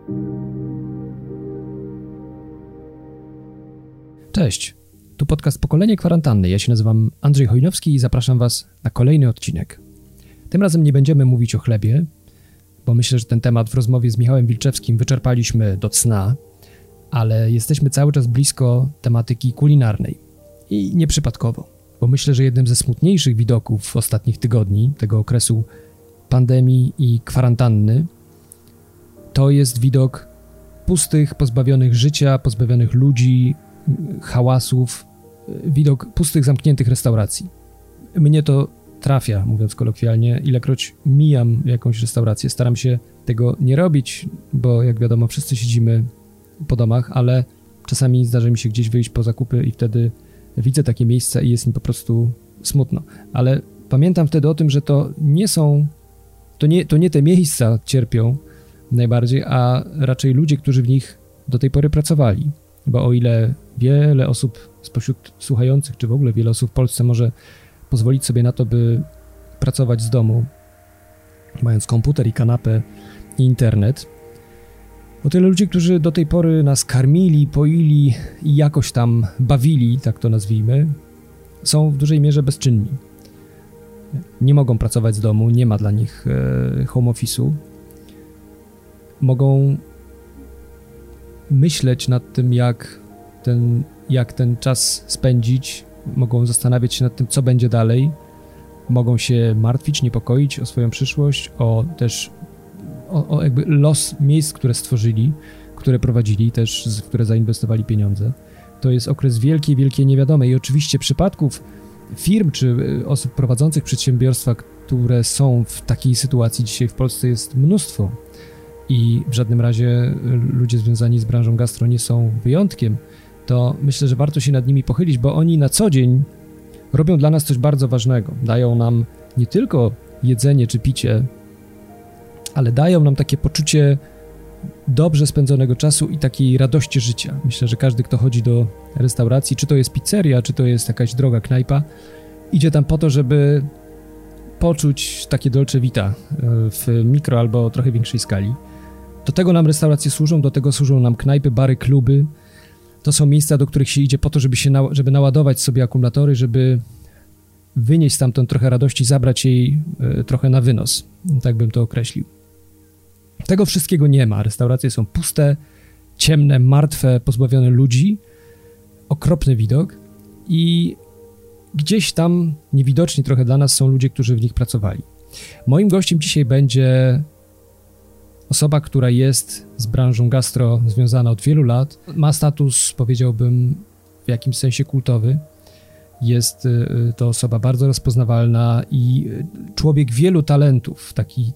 Cześć, tu podcast Pokolenie Kwarantanny. Ja się nazywam Andrzej Hojnowski i zapraszam Was na kolejny odcinek. Tym razem nie będziemy mówić o chlebie, bo myślę, że ten temat w rozmowie z Michałem Wilczewskim wyczerpaliśmy do cna, ale jesteśmy cały czas blisko tematyki kulinarnej. I nieprzypadkowo, bo myślę, że jednym ze smutniejszych widoków ostatnich tygodni, tego okresu pandemii i kwarantanny, to jest widok pustych, pozbawionych życia, pozbawionych ludzi, hałasów, widok pustych, zamkniętych restauracji. Mnie to trafia, mówiąc kolokwialnie, ilekroć mijam jakąś restaurację. Staram się tego nie robić, bo jak wiadomo, wszyscy siedzimy po domach, ale czasami zdarza mi się gdzieś wyjść po zakupy i wtedy widzę takie miejsca i jest mi po prostu smutno. Ale pamiętam wtedy o tym, że to nie te miejsca cierpią najbardziej, a raczej ludzie, którzy w nich do tej pory pracowali. Bo o ile wiele osób spośród słuchających, czy w ogóle wiele osób w Polsce może pozwolić sobie na to, by pracować z domu, mając komputer i kanapę i internet, o tyle ludzie, którzy do tej pory nas karmili, poili i jakoś tam bawili, tak to nazwijmy, są w dużej mierze bezczynni. Nie mogą pracować z domu, nie ma dla nich home office'u. Mogą myśleć nad tym, jak ten czas spędzić, mogą zastanawiać się nad tym, co będzie dalej, mogą się martwić, niepokoić o swoją przyszłość, o jakby los miejsc, które stworzyli, które prowadzili, też w które zainwestowali pieniądze. To jest okres wielkiej, wielkiej niewiadomej i oczywiście przypadków firm czy osób prowadzących przedsiębiorstwa, które są w takiej sytuacji dzisiaj w Polsce jest mnóstwo. I w żadnym razie ludzie związani z branżą gastro nie są wyjątkiem, to myślę, że warto się nad nimi pochylić, bo oni na co dzień robią dla nas coś bardzo ważnego. Dają nam nie tylko jedzenie czy picie, ale dają nam takie poczucie dobrze spędzonego czasu i takiej radości życia. Myślę, że każdy, kto chodzi do restauracji, czy to jest pizzeria, czy to jest jakaś droga knajpa, idzie tam po to, żeby poczuć takie dolce vita w mikro albo trochę większej skali. Do tego nam restauracje służą, do tego służą nam knajpy, bary, kluby. To są miejsca, do których się idzie po to, żeby naładować sobie akumulatory, żeby wynieść stamtąd trochę radości, zabrać jej trochę na wynos. Tak bym to określił. Tego wszystkiego nie ma. Restauracje są puste, ciemne, martwe, pozbawione ludzi. Okropny widok. I gdzieś tam niewidoczni trochę dla nas są ludzie, którzy w nich pracowali. Moim gościem dzisiaj będzie osoba, która jest z branżą gastro związana od wielu lat. Ma status, powiedziałbym, w jakimś sensie kultowy. Jest to osoba bardzo rozpoznawalna i człowiek wielu talentów.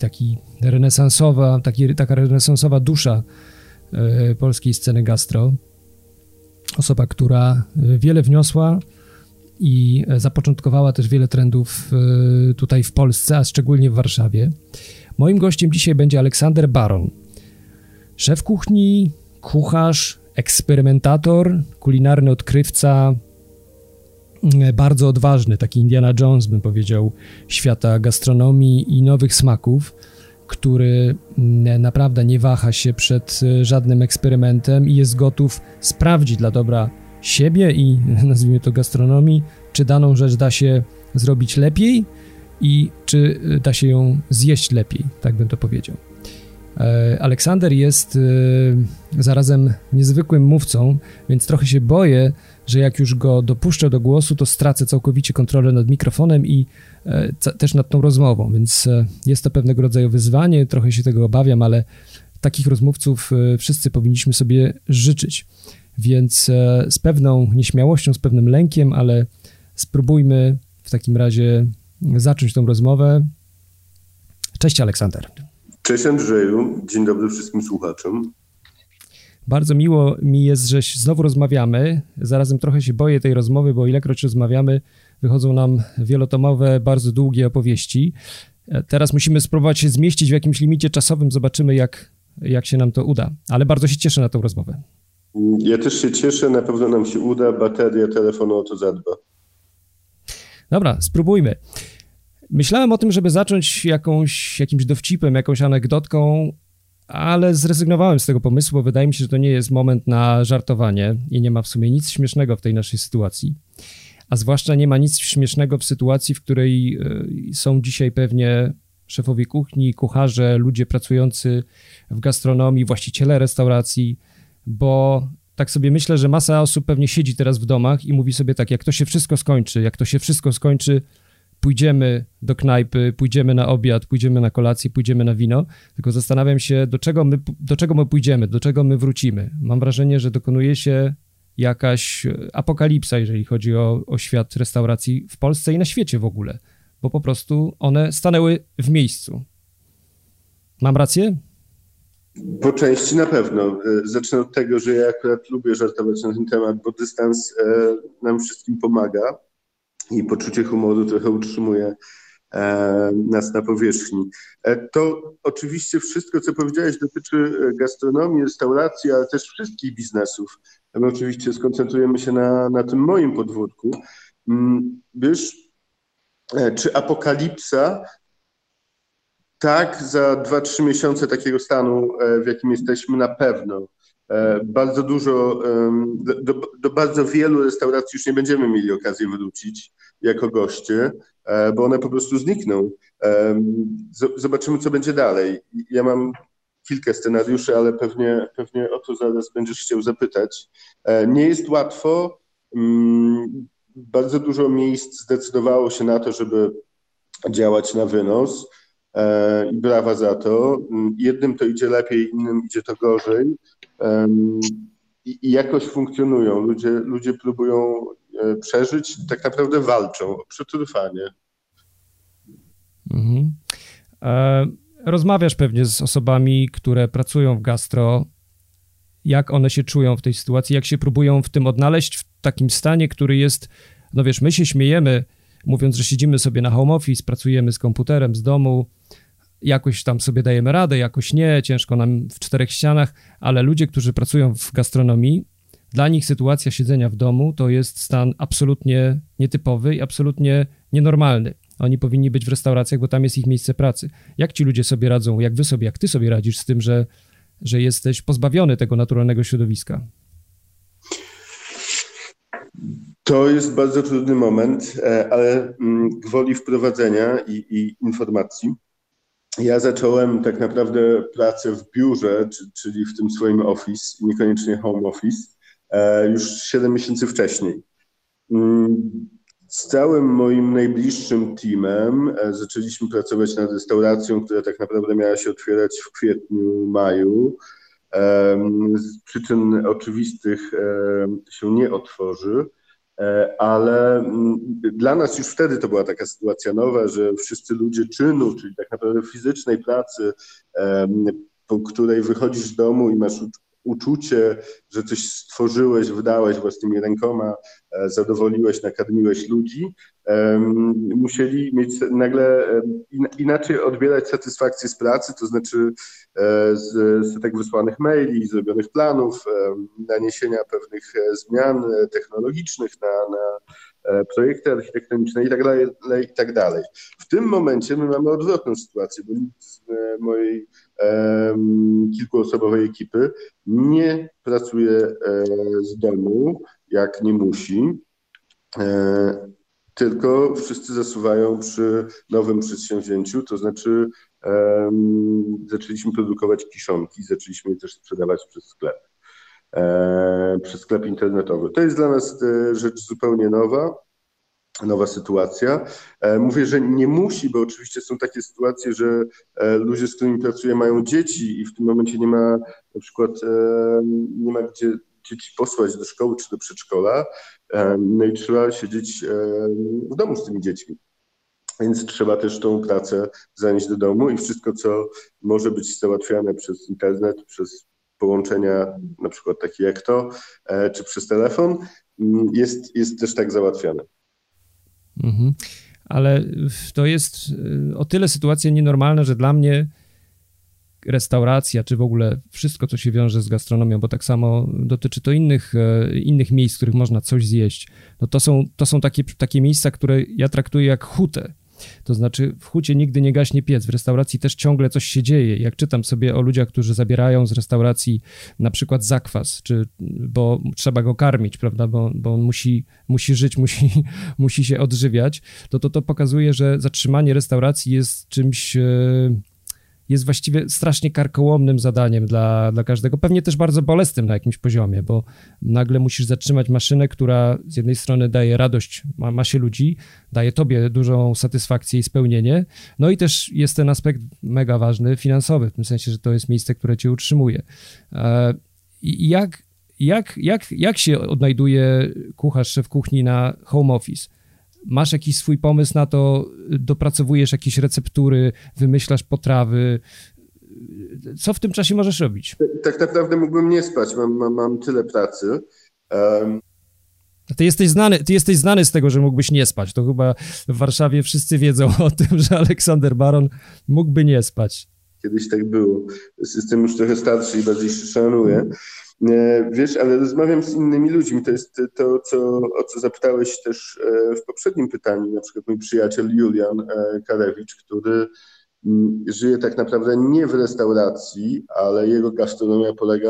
Taka renesansowa dusza polskiej sceny gastro. Osoba, która wiele wniosła i zapoczątkowała też wiele trendów tutaj w Polsce, a szczególnie w Warszawie. Moim gościem dzisiaj będzie Aleksander Baron. Szef kuchni, kucharz, eksperymentator, kulinarny odkrywca, bardzo odważny, taki Indiana Jones, bym powiedział, świata gastronomii i nowych smaków, który naprawdę nie waha się przed żadnym eksperymentem i jest gotów sprawdzić dla dobra siebie i, nazwijmy to, gastronomii, czy daną rzecz da się zrobić lepiej i czy da się ją zjeść lepiej, tak bym to powiedział. Aleksander jest zarazem niezwykłym mówcą, więc trochę się boję, że jak już go dopuszczę do głosu, to stracę całkowicie kontrolę nad mikrofonem i też nad tą rozmową, więc jest to pewnego rodzaju wyzwanie, trochę się tego obawiam, ale takich rozmówców wszyscy powinniśmy sobie życzyć. Więc z pewną nieśmiałością, z pewnym lękiem, ale spróbujmy w takim razie zacząć tą rozmowę. Cześć Aleksander. Cześć Andrzeju, dzień dobry wszystkim słuchaczom. Bardzo miło mi jest, że znowu rozmawiamy. Zarazem trochę się boję tej rozmowy, bo ilekroć rozmawiamy, wychodzą nam wielotomowe, bardzo długie opowieści. Teraz musimy spróbować się zmieścić w jakimś limicie czasowym, zobaczymy jak się nam to uda. Ale bardzo się cieszę na tą rozmowę. Ja też się cieszę, na pewno nam się uda, bateria telefonu o to zadba. Dobra, spróbujmy. Myślałem o tym, żeby zacząć jakimś dowcipem, jakąś anegdotką, ale zrezygnowałem z tego pomysłu, bo wydaje mi się, że to nie jest moment na żartowanie i nie ma w sumie nic śmiesznego w tej naszej sytuacji. A zwłaszcza nie ma nic śmiesznego w sytuacji, w której są dzisiaj pewnie szefowie kuchni, kucharze, ludzie pracujący w gastronomii, właściciele restauracji, bo tak sobie myślę, że masa osób pewnie siedzi teraz w domach i mówi sobie tak, jak to się wszystko skończy, pójdziemy do knajpy, pójdziemy na obiad, pójdziemy na kolację, pójdziemy na wino, tylko zastanawiam się, do czego my pójdziemy, do czego my wrócimy. Mam wrażenie, że dokonuje się jakaś apokalipsa, jeżeli chodzi o świat restauracji w Polsce i na świecie w ogóle, bo po prostu one stanęły w miejscu. Mam rację? Po części na pewno. Zacznę od tego, że ja akurat lubię żartować na ten temat, bo dystans nam wszystkim pomaga i poczucie humoru trochę utrzymuje nas na powierzchni. To oczywiście wszystko, co powiedziałeś, dotyczy gastronomii, restauracji, ale też wszystkich biznesów. My oczywiście skoncentrujemy się na tym moim podwórku. Wiesz, czy apokalipsa? Tak, za 2-3 miesiące takiego stanu, w jakim jesteśmy, na pewno. Bardzo dużo, do bardzo wielu restauracji już nie będziemy mieli okazji wrócić jako goście, bo one po prostu znikną. Zobaczymy, co będzie dalej. Ja mam kilka scenariuszy, ale pewnie o to zaraz będziesz chciał zapytać. Nie jest łatwo. Bardzo dużo miejsc zdecydowało się na to, żeby działać na wynos. I brawa za to. Jednym to idzie lepiej, innym idzie to gorzej. I jakoś funkcjonują. Ludzie próbują przeżyć, tak naprawdę walczą o przetrwanie. Mhm. Rozmawiasz pewnie z osobami, które pracują w gastro. Jak one się czują w tej sytuacji? Jak się próbują w tym odnaleźć w takim stanie, który jest, no wiesz, my się śmiejemy, mówiąc, że siedzimy sobie na home office, pracujemy z komputerem z domu, jakoś tam sobie dajemy radę, jakoś nie, ciężko nam w 4 ścianach, ale ludzie, którzy pracują w gastronomii, dla nich sytuacja siedzenia w domu to jest stan absolutnie nietypowy i absolutnie nienormalny. Oni powinni być w restauracjach, bo tam jest ich miejsce pracy. Jak ci ludzie sobie radzą, jak ty sobie radzisz z tym, że jesteś pozbawiony tego naturalnego środowiska? To jest bardzo trudny moment, ale gwoli wprowadzenia i informacji. Ja zacząłem tak naprawdę pracę w biurze, czyli w tym swoim office, niekoniecznie home office, już 7 miesięcy wcześniej. Z całym moim najbliższym teamem zaczęliśmy pracować nad restauracją, która tak naprawdę miała się otwierać w kwietniu, maju. Z przyczyn oczywistych się nie otworzy. Ale dla nas już wtedy to była taka sytuacja nowa, że wszyscy ludzie czynu, czyli tak naprawdę fizycznej pracy, po której wychodzisz z domu i masz uczucie, że coś stworzyłeś, wydałeś własnymi rękoma, zadowoliłeś, nakarmiłeś ludzi, musieli mieć nagle inaczej odbierać satysfakcję z pracy, to znaczy z setek wysłanych maili, zrobionych planów, naniesienia pewnych zmian technologicznych na projekty architektoniczne i tak dalej. W tym momencie my mamy odwrotną sytuację, bo nikt z mojej kilkuosobowej ekipy nie pracuje z domu, jak nie musi, tylko wszyscy zasuwają przy nowym przedsięwzięciu, to znaczy zaczęliśmy produkować kiszonki, zaczęliśmy je też sprzedawać przez sklep internetowy. To jest dla nas rzecz zupełnie nowa sytuacja. Mówię, że nie musi, bo oczywiście są takie sytuacje, że ludzie, z którymi pracuję, mają dzieci i w tym momencie nie ma na przykład nie ma gdzie dzieci posłać do szkoły czy do przedszkola, no i trzeba siedzieć w domu z tymi dziećmi. Więc trzeba też tą pracę zanieść do domu i wszystko, co może być załatwiane przez internet, przez połączenia na przykład takie jak to, czy przez telefon, jest też tak załatwiane. Mhm. Ale to jest o tyle sytuacja nienormalna, że dla mnie restauracja, czy w ogóle wszystko, co się wiąże z gastronomią, bo tak samo dotyczy to innych miejsc, w których można coś zjeść, no to są takie miejsca, które ja traktuję jak hutę. To znaczy w hucie nigdy nie gaśnie piec, w restauracji też ciągle coś się dzieje. Jak czytam sobie o ludziach, którzy zabierają z restauracji na przykład zakwas, bo trzeba go karmić, prawda, bo on musi żyć, musi się odżywiać, to pokazuje, że zatrzymanie restauracji jest czymś... jest właściwie strasznie karkołomnym zadaniem dla każdego, pewnie też bardzo bolesnym na jakimś poziomie, bo nagle musisz zatrzymać maszynę, która z jednej strony daje radość masie ludzi, daje tobie dużą satysfakcję i spełnienie, no i też jest ten aspekt mega ważny, finansowy, w tym sensie, że to jest miejsce, które cię utrzymuje. I jak się odnajduje kucharz, szef kuchni na home office? Masz jakiś swój pomysł na to, dopracowujesz jakieś receptury, wymyślasz potrawy. Co w tym czasie możesz robić? Tak naprawdę mógłbym nie spać, mam tyle pracy. Ty jesteś znany z tego, że mógłbyś nie spać. To chyba w Warszawie wszyscy wiedzą o tym, że Aleksander Baron mógłby nie spać. Kiedyś tak było. Jestem już trochę starszy i bardziej się szanuję. Wiesz, ale rozmawiam z innymi ludźmi. To jest to, o co zapytałeś też w poprzednim pytaniu. Na przykład mój przyjaciel Julian Karewicz, który żyje tak naprawdę nie w restauracji, ale jego gastronomia polega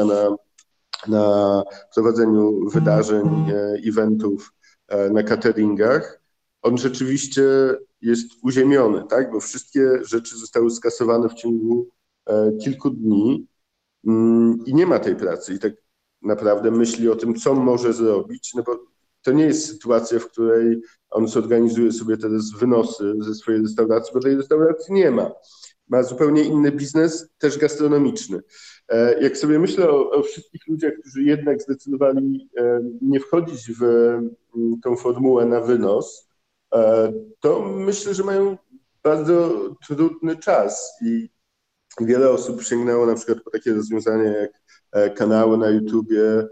na prowadzeniu wydarzeń, eventów, na cateringach. On rzeczywiście jest uziemiony, tak? Bo wszystkie rzeczy zostały skasowane w ciągu kilku dni. I nie ma tej pracy i tak naprawdę myśli o tym, co może zrobić, no bo to nie jest sytuacja, w której on zorganizuje sobie teraz wynosy ze swojej restauracji, bo tej restauracji nie ma. Ma zupełnie inny biznes, też gastronomiczny. Jak sobie myślę o wszystkich ludziach, którzy jednak zdecydowali nie wchodzić w tą formułę na wynos, to myślę, że mają bardzo trudny czas i wiele osób sięgnęło na przykład po takie rozwiązania jak kanały na YouTubie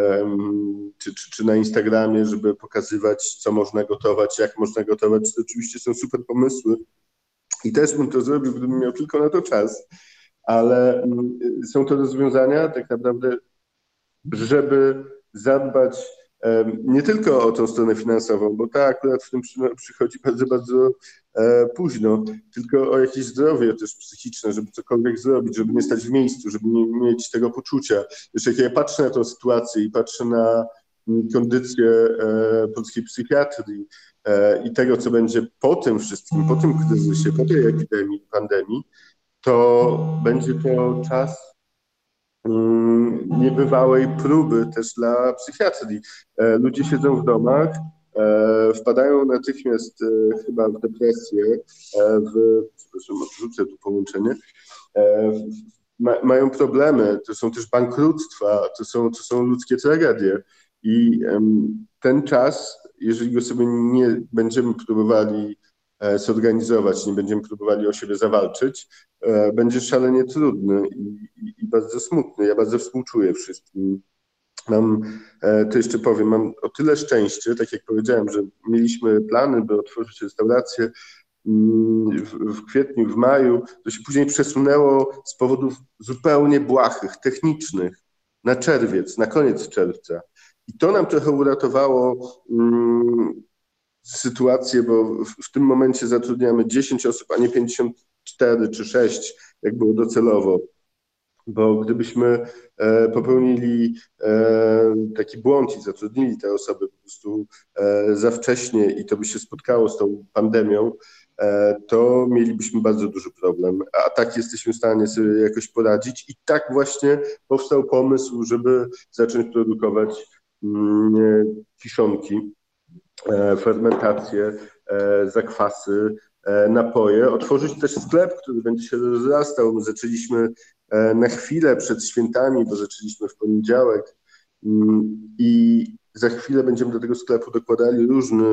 czy na Instagramie, żeby pokazywać, co można gotować, jak można gotować. To oczywiście są super pomysły i też bym to zrobił, gdybym miał tylko na to czas, ale są to rozwiązania tak naprawdę, żeby zadbać nie tylko o tą stronę finansową, bo ta akurat w tym przychodzi bardzo, bardzo późno, tylko o jakieś zdrowie też psychiczne, żeby cokolwiek zrobić, żeby nie stać w miejscu, żeby nie mieć tego poczucia. Wiesz, jak ja patrzę na tę sytuację i patrzę na kondycję polskiej psychiatrii i tego, co będzie po tym wszystkim, po tym kryzysie, po tej epidemii, pandemii, to będzie to czas niebywałej próby też dla psychiatrii. Ludzie siedzą w domach, wpadają natychmiast chyba w depresję, przepraszam, odrzucę tu połączenie, mają problemy, to są też bankructwa, to są ludzkie tragedie i ten czas, jeżeli go sobie nie będziemy próbowali zorganizować, nie będziemy próbowali o siebie zawalczyć, będzie szalenie trudny i bardzo smutny. Ja bardzo współczuję wszystkim. To jeszcze powiem, mam o tyle szczęście, tak jak powiedziałem, że mieliśmy plany, by otworzyć restaurację w kwietniu, w maju, to się później przesunęło z powodów zupełnie błahych, technicznych, na czerwiec, na koniec czerwca. I to nam trochę uratowało sytuację, bo w tym momencie zatrudniamy 10 osób, a nie 54 czy 6, jak było docelowo. Bo gdybyśmy popełnili taki błąd i zatrudnili te osoby po prostu za wcześnie i to by się spotkało z tą pandemią, to mielibyśmy bardzo duży problem. A tak jesteśmy w stanie sobie jakoś poradzić i tak właśnie powstał pomysł, żeby zacząć produkować kiszonki, fermentację, zakwasy, napoje, otworzyć też sklep, który będzie się rozrastał. My zaczęliśmy na chwilę przed świętami, bo zaczęliśmy w poniedziałek i za chwilę będziemy do tego sklepu dokładali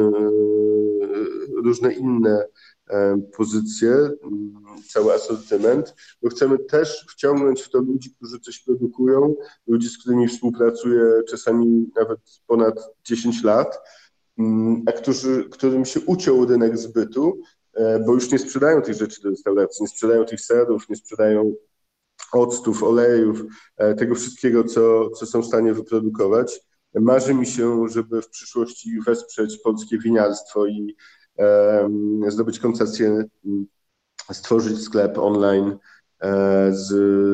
różne inne pozycje, cały asortyment, bo chcemy też wciągnąć w to ludzi, którzy coś produkują, ludzi, z którymi współpracuję czasami nawet ponad 10 lat, a którym się uciął rynek zbytu, bo już nie sprzedają tych rzeczy do restauracji, nie sprzedają tych serów, nie sprzedają octów, olejów, tego wszystkiego, co są w stanie wyprodukować. Marzy mi się, żeby w przyszłości wesprzeć polskie winiarstwo i zdobyć koncesję, stworzyć sklep online z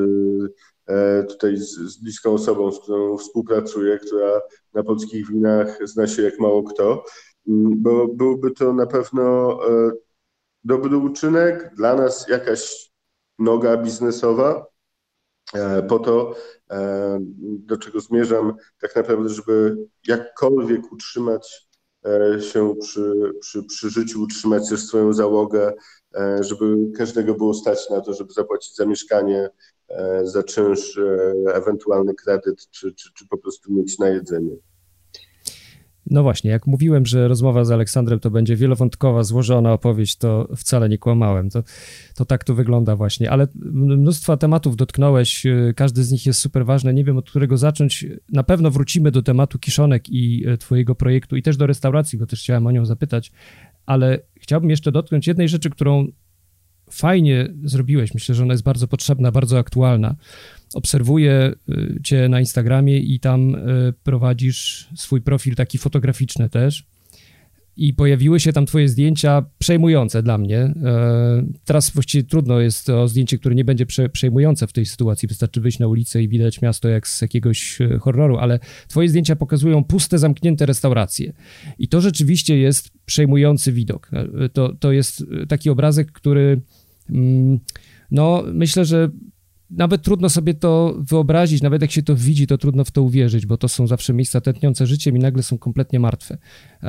bliską osobą, z którą współpracuję, która na polskich winach zna się jak mało kto, bo byłby to na pewno dobry uczynek, dla nas jakaś noga biznesowa, po to, do czego zmierzam, tak naprawdę, żeby jakkolwiek utrzymać się przy życiu, utrzymać też swoją załogę, żeby każdego było stać na to, żeby zapłacić za mieszkanie, za czynsz, ewentualny kredyt, czy po prostu mieć na jedzenie. No właśnie, jak mówiłem, że rozmowa z Aleksandrem to będzie wielowątkowa, złożona opowieść, to wcale nie kłamałem. To tak to wygląda właśnie, ale mnóstwa tematów dotknąłeś, każdy z nich jest super ważny, nie wiem od którego zacząć. Na pewno wrócimy do tematu kiszonek i twojego projektu i też do restauracji, bo też chciałem o nią zapytać, ale chciałbym jeszcze dotknąć jednej rzeczy, którą fajnie zrobiłeś. Myślę, że ona jest bardzo potrzebna, bardzo aktualna. Obserwuję cię na Instagramie i tam prowadzisz swój profil taki fotograficzny też i pojawiły się tam twoje zdjęcia przejmujące dla mnie. Teraz właściwie trudno jest o zdjęcie, które nie będzie przejmujące w tej sytuacji. Wystarczy wyjść na ulicę i widać miasto jak z jakiegoś horroru, ale twoje zdjęcia pokazują puste, zamknięte restauracje. I to rzeczywiście jest przejmujący widok. To jest taki obrazek, który no myślę, że nawet trudno sobie to wyobrazić, nawet jak się to widzi, to trudno w to uwierzyć, bo to są zawsze miejsca tętniące życiem i nagle są kompletnie martwe.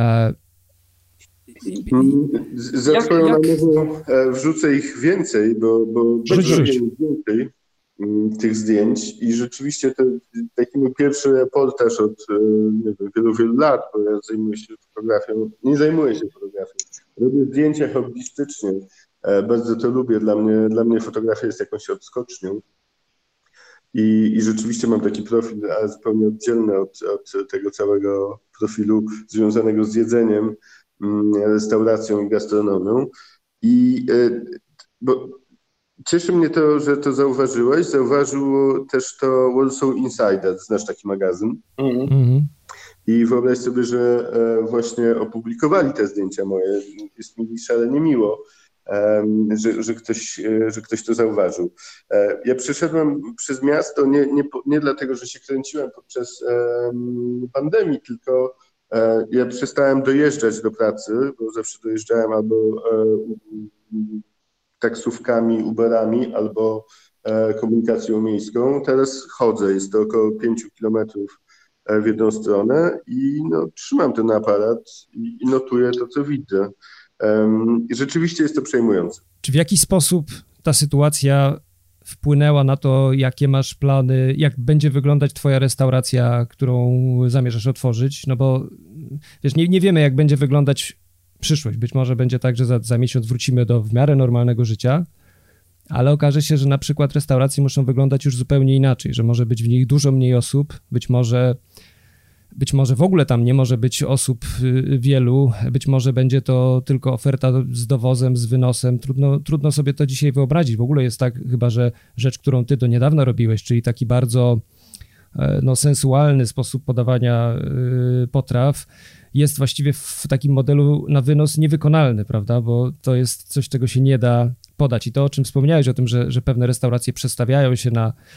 Za twoją namową wrzucę ich więcej, bo będzie więcej tych zdjęć i rzeczywiście to taki mój pierwszy reportaż od nie wiem, wielu lat, bo ja nie zajmuję się fotografią. Robię zdjęcia hobbystycznie, bardzo to lubię, dla mnie fotografia jest jakąś odskocznią. I rzeczywiście mam taki profil, ale zupełnie oddzielny od tego całego profilu związanego z jedzeniem, restauracją i gastronomią. Bo cieszy mnie to, że to zauważyłeś. Zauważył też to Warsaw Insider, znasz taki magazyn. I wyobraź sobie, że właśnie opublikowali te zdjęcia moje. Jest mi szalenie miło, że ktoś to zauważył. Ja przeszedłem przez miasto nie dlatego, że się kręciłem podczas pandemii, tylko ja przestałem dojeżdżać do pracy, bo zawsze dojeżdżałem albo taksówkami, Uberami, albo komunikacją miejską. Teraz chodzę, jest to około 5 kilometrów w jedną stronę i trzymam ten aparat i notuję to, co widzę. I rzeczywiście jest to przejmujące. Czy w jaki sposób ta sytuacja wpłynęła na to, jakie masz plany, jak będzie wyglądać twoja restauracja, którą zamierzasz otworzyć? No bo wiesz, nie wiemy, jak będzie wyglądać przyszłość. Być może będzie tak, że za miesiąc wrócimy do w miarę normalnego życia, ale okaże się, że na przykład restauracje muszą wyglądać już zupełnie inaczej, że może być w nich dużo mniej osób, być może w ogóle tam nie może być osób wielu, być może będzie to tylko oferta z dowozem, z wynosem. Trudno sobie to dzisiaj wyobrazić. W ogóle jest tak chyba, że rzecz, którą ty do niedawna robiłeś, czyli taki bardzo sensualny sposób podawania potraw, jest właściwie w takim modelu na wynos niewykonalny, prawda? Bo to jest coś, czego się nie da podać. I to, o czym wspomniałeś, o tym, że pewne restauracje przestawiają się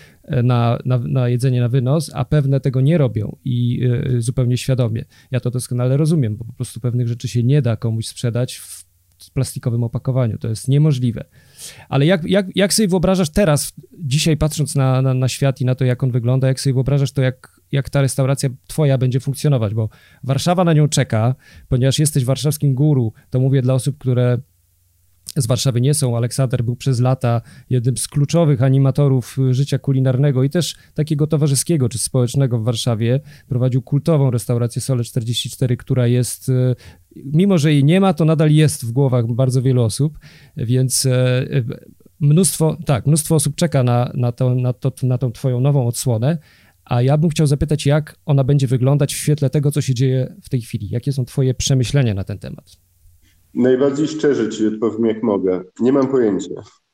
na jedzenie na wynos, a pewne tego nie robią i zupełnie świadomie. Ja to doskonale rozumiem, bo po prostu pewnych rzeczy się nie da komuś sprzedać w plastikowym opakowaniu. To jest niemożliwe. Ale jak sobie wyobrażasz teraz, dzisiaj patrząc na świat i na to, jak on wygląda, jak sobie wyobrażasz to, jak ta restauracja twoja będzie funkcjonować, bo Warszawa na nią czeka, ponieważ jesteś warszawskim guru, to mówię dla osób, które z Warszawy nie są. Aleksander był przez lata jednym z kluczowych animatorów życia kulinarnego i też takiego towarzyskiego czy społecznego w Warszawie. Prowadził kultową restaurację Sole 44, która jest, mimo że jej nie ma, to nadal jest w głowach bardzo wielu osób, więc mnóstwo osób czeka na tą twoją nową odsłonę, a ja bym chciał zapytać, jak ona będzie wyglądać w świetle tego, co się dzieje w tej chwili. Jakie są twoje przemyślenia na ten temat? Najbardziej szczerze ci odpowiem, jak mogę. Nie mam pojęcia.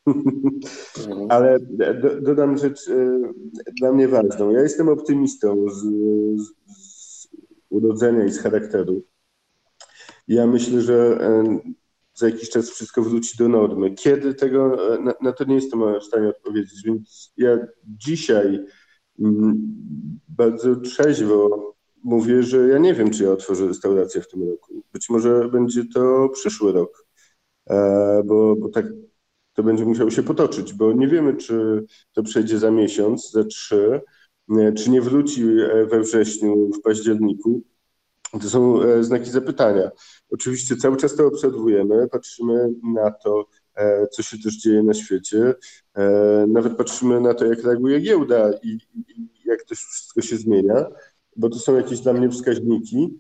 Ale dodam rzecz dla mnie ważną. Ja jestem optymistą z urodzenia i z charakteru. Ja myślę, że za jakiś czas wszystko wróci do normy. Kiedy tego, na to nie jestem w stanie odpowiedzieć, więc ja dzisiaj bardzo trzeźwo mówię, że ja nie wiem, czy ja otworzę restaurację w tym roku. Być może będzie to przyszły rok, bo tak to będzie musiało się potoczyć, bo nie wiemy, czy to przejdzie za miesiąc, za 3, czy nie wróci we wrześniu, w październiku. To są znaki zapytania. Oczywiście cały czas to obserwujemy, patrzymy na to, co się też dzieje na świecie. Nawet patrzymy na to, jak reaguje giełda i jak to wszystko się zmienia, bo to są jakieś dla mnie wskaźniki.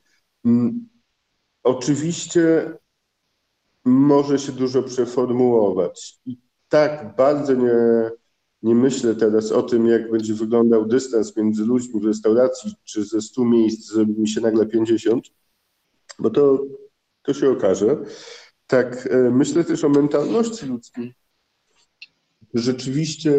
Oczywiście może się dużo przeformułować. I tak bardzo nie myślę teraz o tym, jak będzie wyglądał dystans między ludźmi w restauracji, czy ze 100 miejsc zrobi mi się nagle 50, bo to się okaże. Tak, myślę też o mentalności ludzkiej. Rzeczywiście,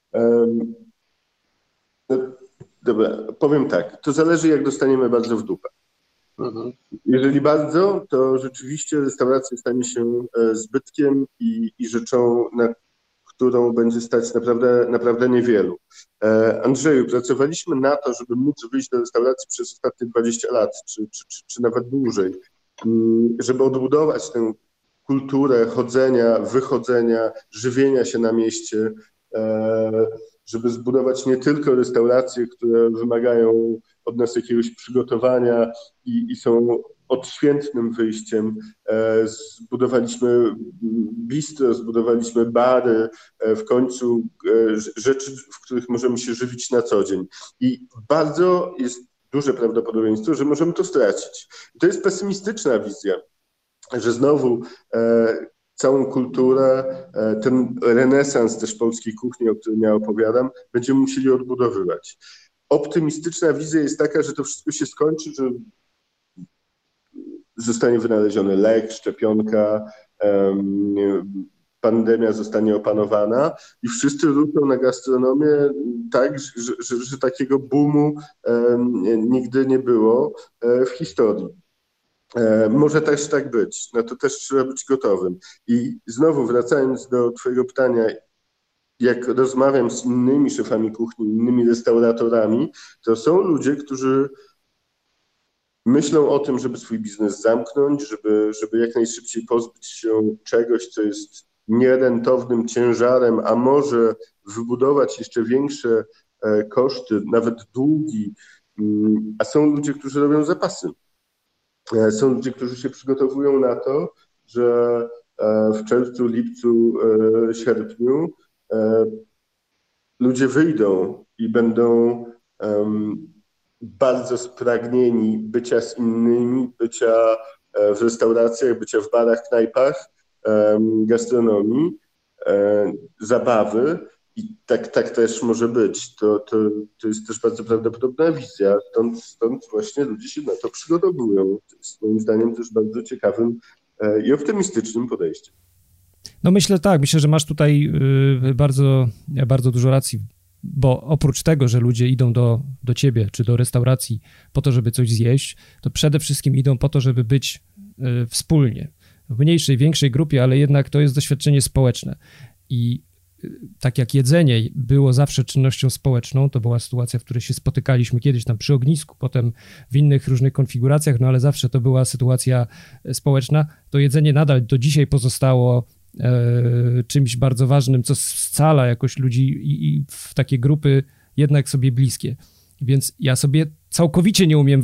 dobra, powiem tak, to zależy, jak dostaniemy bardzo w dupę. Jeżeli bardzo, to rzeczywiście restauracja stanie się zbytkiem i rzeczą, na którą będzie stać naprawdę niewielu. Andrzeju, pracowaliśmy na to, żeby móc wyjść do restauracji przez ostatnie 20 lat, czy nawet dłużej, żeby odbudować tę kulturę chodzenia, wychodzenia, żywienia się na mieście, żeby zbudować nie tylko restauracje, które wymagają od nas jakiegoś przygotowania i są odświętnym wyjściem. Zbudowaliśmy bistro, zbudowaliśmy bary, w końcu rzeczy, w których możemy się żywić na co dzień. I bardzo jest duże prawdopodobieństwo, że możemy to stracić. I to jest pesymistyczna wizja, że znowu całą kulturę, ten renesans też polskiej kuchni, o którym ja opowiadam, będziemy musieli odbudowywać. Optymistyczna wizja jest taka, że to wszystko się skończy, że zostanie wynaleziony lek, szczepionka, pandemia zostanie opanowana i wszyscy ruszą na gastronomię tak, że takiego boomu nigdy nie było w historii. Może też tak być, na to też trzeba być gotowym. I znowu wracając do twojego pytania, jak rozmawiam z innymi szefami kuchni, innymi restauratorami, to są ludzie, którzy myślą o tym, żeby swój biznes zamknąć, żeby jak najszybciej pozbyć się czegoś, co jest nierentownym ciężarem, a może wybudować jeszcze większe koszty, nawet długi. A są ludzie, którzy robią zapasy. Są ludzie, którzy się przygotowują na to, że w czerwcu, lipcu, sierpniu ludzie wyjdą i będą bardzo spragnieni bycia z innymi, bycia w restauracjach, bycia w barach, knajpach, gastronomii, zabawy. I tak też może być. To jest też bardzo prawdopodobna wizja. Stąd właśnie ludzie się na to przygotowują. To jest moim zdaniem też bardzo ciekawym i optymistycznym podejściem. No myślę, że masz tutaj bardzo, bardzo dużo racji, bo oprócz tego, że ludzie idą do ciebie czy do restauracji po to, żeby coś zjeść, to przede wszystkim idą po to, żeby być wspólnie. W mniejszej, większej grupie, ale jednak to jest doświadczenie społeczne. I tak jak jedzenie było zawsze czynnością społeczną, to była sytuacja, w której się spotykaliśmy kiedyś tam przy ognisku, potem w innych różnych konfiguracjach, no ale zawsze to była sytuacja społeczna, to jedzenie nadal do dzisiaj pozostało czymś bardzo ważnym, co scala jakoś ludzi i w takie grupy jednak sobie bliskie. Więc ja sobie całkowicie nie umiem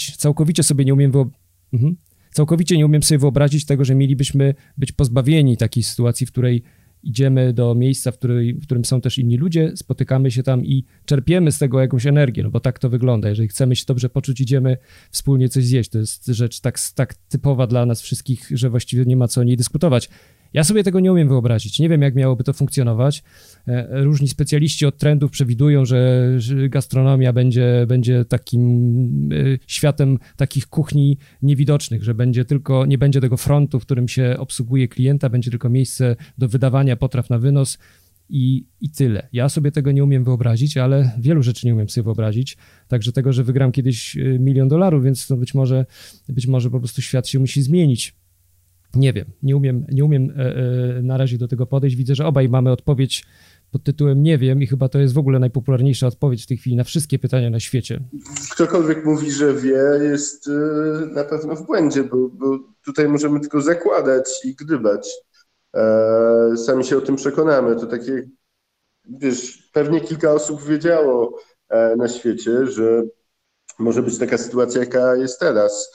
sobie wyobrazić tego, że mielibyśmy być pozbawieni takiej sytuacji, w której idziemy do miejsca, w którym są też inni ludzie, spotykamy się tam i czerpiemy z tego jakąś energię, no bo tak to wygląda. Jeżeli chcemy się dobrze poczuć, idziemy wspólnie coś zjeść. To jest rzecz tak typowa dla nas wszystkich, że właściwie nie ma co o niej dyskutować. Ja sobie tego nie umiem wyobrazić. Nie wiem, jak miałoby to funkcjonować. Różni specjaliści od trendów przewidują, że gastronomia będzie takim światem takich kuchni niewidocznych, że nie będzie tego frontu, w którym się obsługuje klienta, będzie tylko miejsce do wydawania potraw na wynos i tyle. Ja sobie tego nie umiem wyobrazić, ale wielu rzeczy nie umiem sobie wyobrazić, także tego, że wygram kiedyś $1 milion, więc to być może po prostu świat się musi zmienić. Nie wiem, nie umiem na razie do tego podejść. Widzę, że obaj mamy odpowiedź pod tytułem nie wiem i chyba to jest w ogóle najpopularniejsza odpowiedź w tej chwili na wszystkie pytania na świecie. Ktokolwiek mówi, że wie, jest na pewno w błędzie, bo tutaj możemy tylko zakładać i gdybać. Sami się o tym przekonamy. To takie, wiesz, pewnie kilka osób wiedziało na świecie, że może być taka sytuacja, jaka jest teraz.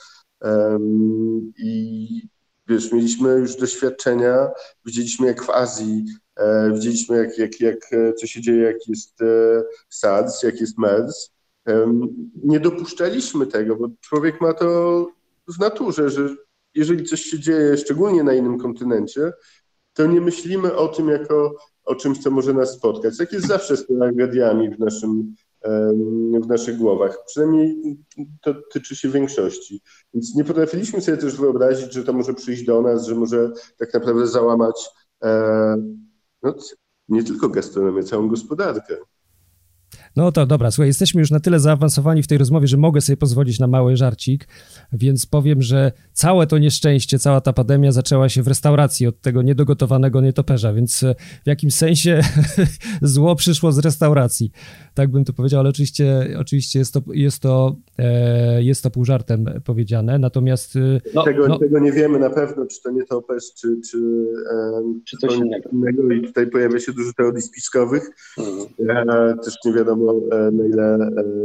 I wiesz, mieliśmy już doświadczenia, widzieliśmy jak w Azji, widzieliśmy jak co się dzieje, jak jest SARS, jak jest MERS. Nie dopuszczaliśmy tego, bo człowiek ma to w naturze, że jeżeli coś się dzieje, szczególnie na innym kontynencie, to nie myślimy o tym jako o czymś, co może nas spotkać. Tak jest zawsze z tragediami w naszych głowach. Przynajmniej to tyczy się większości. Więc nie potrafiliśmy sobie też wyobrazić, że to może przyjść do nas, że może tak naprawdę załamać no, nie tylko gastronomię, całą gospodarkę. No to dobra, słuchaj, jesteśmy już na tyle zaawansowani w tej rozmowie, że mogę sobie pozwolić na mały żarcik, więc powiem, że całe to nieszczęście, cała ta pandemia zaczęła się w restauracji od tego niedogotowanego nietoperza, więc w jakimś sensie zło przyszło z restauracji. Tak bym to powiedział, ale oczywiście jest to pół żartem powiedziane, natomiast... Tego nie wiemy na pewno, czy to nietoperz, czy coś innego i tutaj pojawia się dużo teorii spiskowych. Też nie wiadomo na ile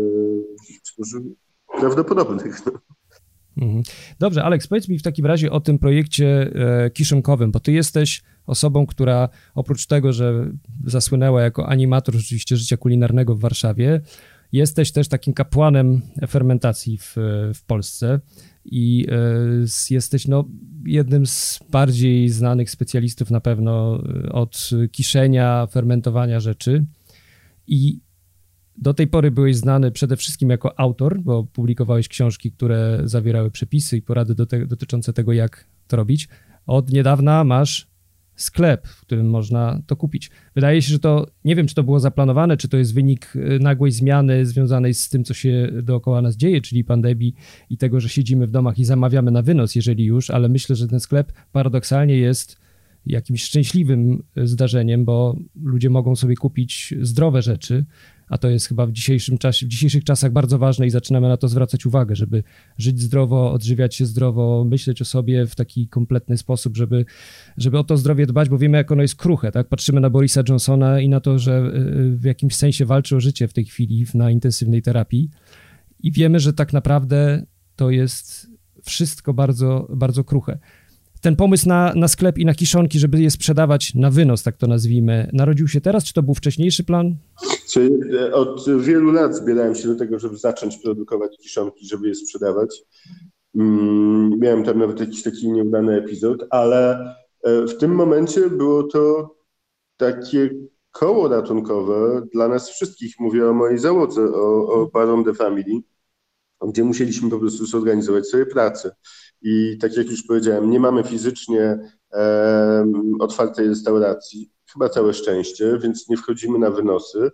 prawdopodobnych. Dobrze, Aleks, powiedz mi w takim razie o tym projekcie kiszonkowym, bo ty jesteś osobą, która oprócz tego, że zasłynęła jako animator rzeczywiście życia kulinarnego w Warszawie, jesteś też takim kapłanem fermentacji w Polsce i jesteś jednym z bardziej znanych specjalistów na pewno od kiszenia, fermentowania rzeczy i do tej pory byłeś znany przede wszystkim jako autor, bo publikowałeś książki, które zawierały przepisy i porady dotyczące tego, jak to robić. Od niedawna masz sklep, w którym można to kupić. Wydaje się, że to, nie wiem, czy to było zaplanowane, czy to jest wynik nagłej zmiany związanej z tym, co się dookoła nas dzieje, czyli pandemii i tego, że siedzimy w domach i zamawiamy na wynos, jeżeli już, ale myślę, że ten sklep paradoksalnie jest jakimś szczęśliwym zdarzeniem, bo ludzie mogą sobie kupić zdrowe rzeczy, a to jest chyba w dzisiejszych czasach bardzo ważne i zaczynamy na to zwracać uwagę, żeby żyć zdrowo, odżywiać się zdrowo, myśleć o sobie w taki kompletny sposób, żeby o to zdrowie dbać, bo wiemy, jak ono jest kruche, tak? Patrzymy na Borisa Johnsona i na to, że w jakimś sensie walczy o życie w tej chwili na intensywnej terapii i wiemy, że tak naprawdę to jest wszystko bardzo, bardzo kruche. Ten pomysł na sklep i na kiszonki, żeby je sprzedawać na wynos, tak to nazwijmy, narodził się teraz, czy to był wcześniejszy plan? Od wielu lat zbierałem się do tego, żeby zacząć produkować kiszonki, żeby je sprzedawać. Miałem tam nawet jakiś taki nieudany epizod, ale w tym momencie było to takie koło ratunkowe dla nas wszystkich. Mówię o mojej załodze, o Baron de Family, gdzie musieliśmy po prostu zorganizować sobie pracę. I tak jak już powiedziałem, nie mamy fizycznie otwartej restauracji, chyba całe szczęście, więc nie wchodzimy na wynosy,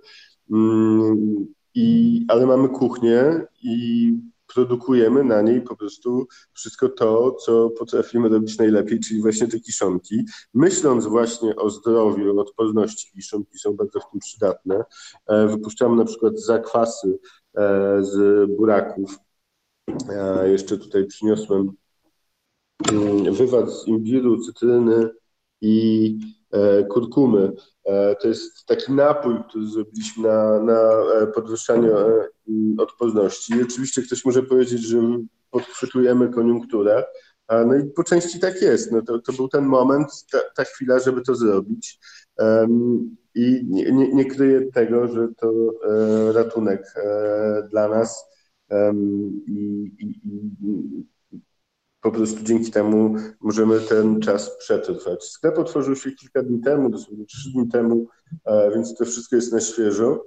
ale mamy kuchnię i produkujemy na niej po prostu wszystko to, co potrafimy robić najlepiej, czyli właśnie te kiszonki. Myśląc właśnie o zdrowiu, o odporności, kiszonki są bardzo w tym przydatne. Wypuszczamy na przykład zakwasy z buraków. Ja jeszcze tutaj przyniosłem wywar z imbiru, cytryny i kurkumy. To jest taki napój, który zrobiliśmy na podwyższanie odporności. I oczywiście ktoś może powiedzieć, że podchwytujemy koniunkturę, no i po części tak jest. No to był ten moment, ta chwila, żeby to zrobić. I nie kryję tego, że to ratunek dla nas. Po prostu dzięki temu możemy ten czas przetrwać. Sklep otworzył się kilka dni temu, dosłownie 3 dni temu, więc to wszystko jest na świeżo.